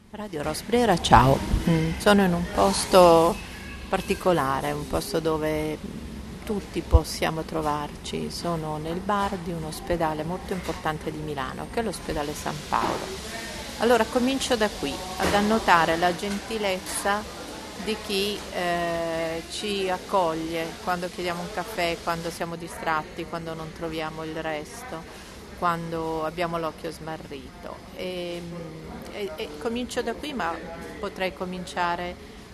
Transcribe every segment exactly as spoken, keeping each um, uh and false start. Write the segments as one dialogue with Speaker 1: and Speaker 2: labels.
Speaker 1: Radio Rosbrera, ciao. Mm, Sono in un posto particolare, un posto dove tutti possiamo trovarci. Sono nel bar di un ospedale molto importante di Milano, che è l'ospedale San Paolo. Allora comincio da qui, ad annotare la gentilezza di chi eh, ci accoglie quando chiediamo un caffè, quando siamo distratti, quando non troviamo il resto, quando abbiamo l'occhio smarrito. E, e- e comincio da qui, ma potrei cominciare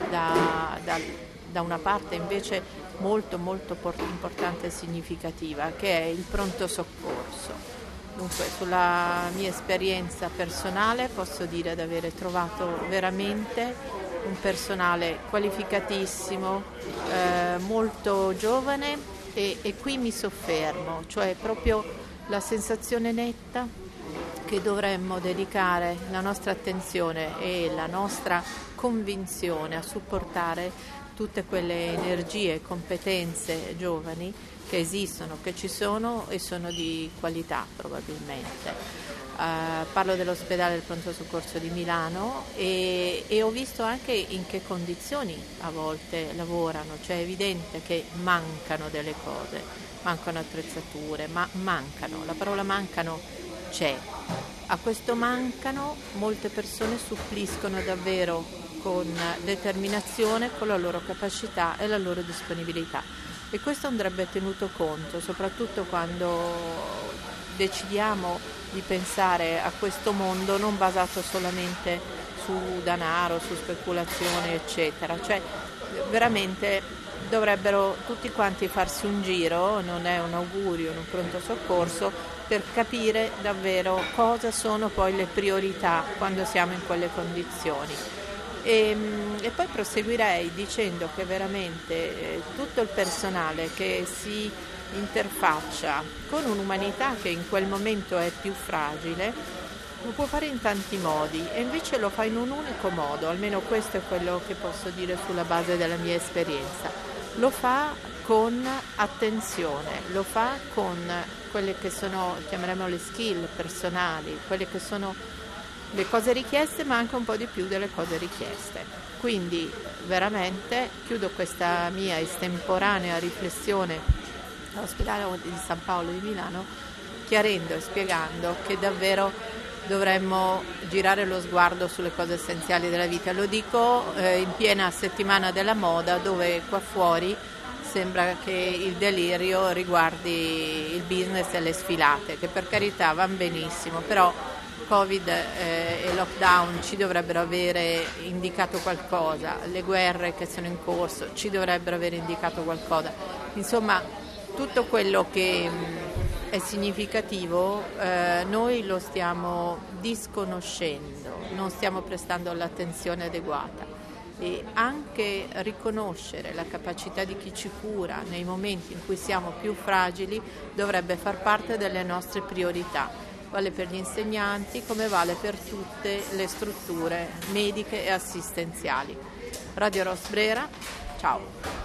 Speaker 1: da, da- da una parte invece molto molto por- importante e significativa, che è il pronto soccorso. Dunque, sulla mia esperienza personale posso dire di avere trovato veramente un personale qualificatissimo, eh, molto giovane e, e qui mi soffermo, cioè proprio la sensazione netta che dovremmo dedicare la nostra attenzione e la nostra convinzione a supportare tutte quelle energie e competenze giovani che esistono, che ci sono e sono di qualità probabilmente. Uh, parlo dell'ospedale del pronto soccorso di Milano e, e ho visto anche in che condizioni a volte lavorano, cioè è evidente che mancano delle cose, mancano attrezzature, ma mancano, la parola mancano c'è. A questo mancano molte persone suppliscono davvero con determinazione, con la loro capacità e la loro disponibilità. E questo andrebbe tenuto conto, soprattutto quando decidiamo di pensare a questo mondo non basato solamente su denaro, su speculazione, eccetera. Cioè, veramente dovrebbero tutti quanti farsi un giro, non è un augurio, in un pronto soccorso, per capire davvero cosa sono poi le priorità quando siamo in quelle condizioni. E, e poi proseguirei dicendo che veramente eh, tutto il personale che si interfaccia con un'umanità che in quel momento è più fragile lo può fare in tanti modi e invece lo fa in un unico modo, almeno questo è quello che posso dire sulla base della mia esperienza. Lo fa con attenzione, lo fa con quelle che sono, chiameremo le skill personali, quelle che sono le cose richieste, ma anche un po' di più delle cose richieste. Quindi veramente chiudo questa mia estemporanea riflessione all'ospedale di San Paolo di Milano chiarendo e spiegando che davvero dovremmo girare lo sguardo sulle cose essenziali della vita. Lo dico eh, in piena settimana della moda, dove qua fuori sembra che il delirio riguardi il business e le sfilate, che per carità vanno benissimo, però Covid eh, e lockdown ci dovrebbero avere indicato qualcosa, le guerre che sono in corso ci dovrebbero avere indicato qualcosa. Insomma, tutto quello che mh, è significativo eh, noi lo stiamo disconoscendo, non stiamo prestando l'attenzione adeguata. E anche riconoscere la capacità di chi ci cura nei momenti in cui siamo più fragili dovrebbe far parte delle nostre priorità. Vale per gli insegnanti come vale per tutte le strutture mediche e assistenziali. Radio Rosbrera, ciao.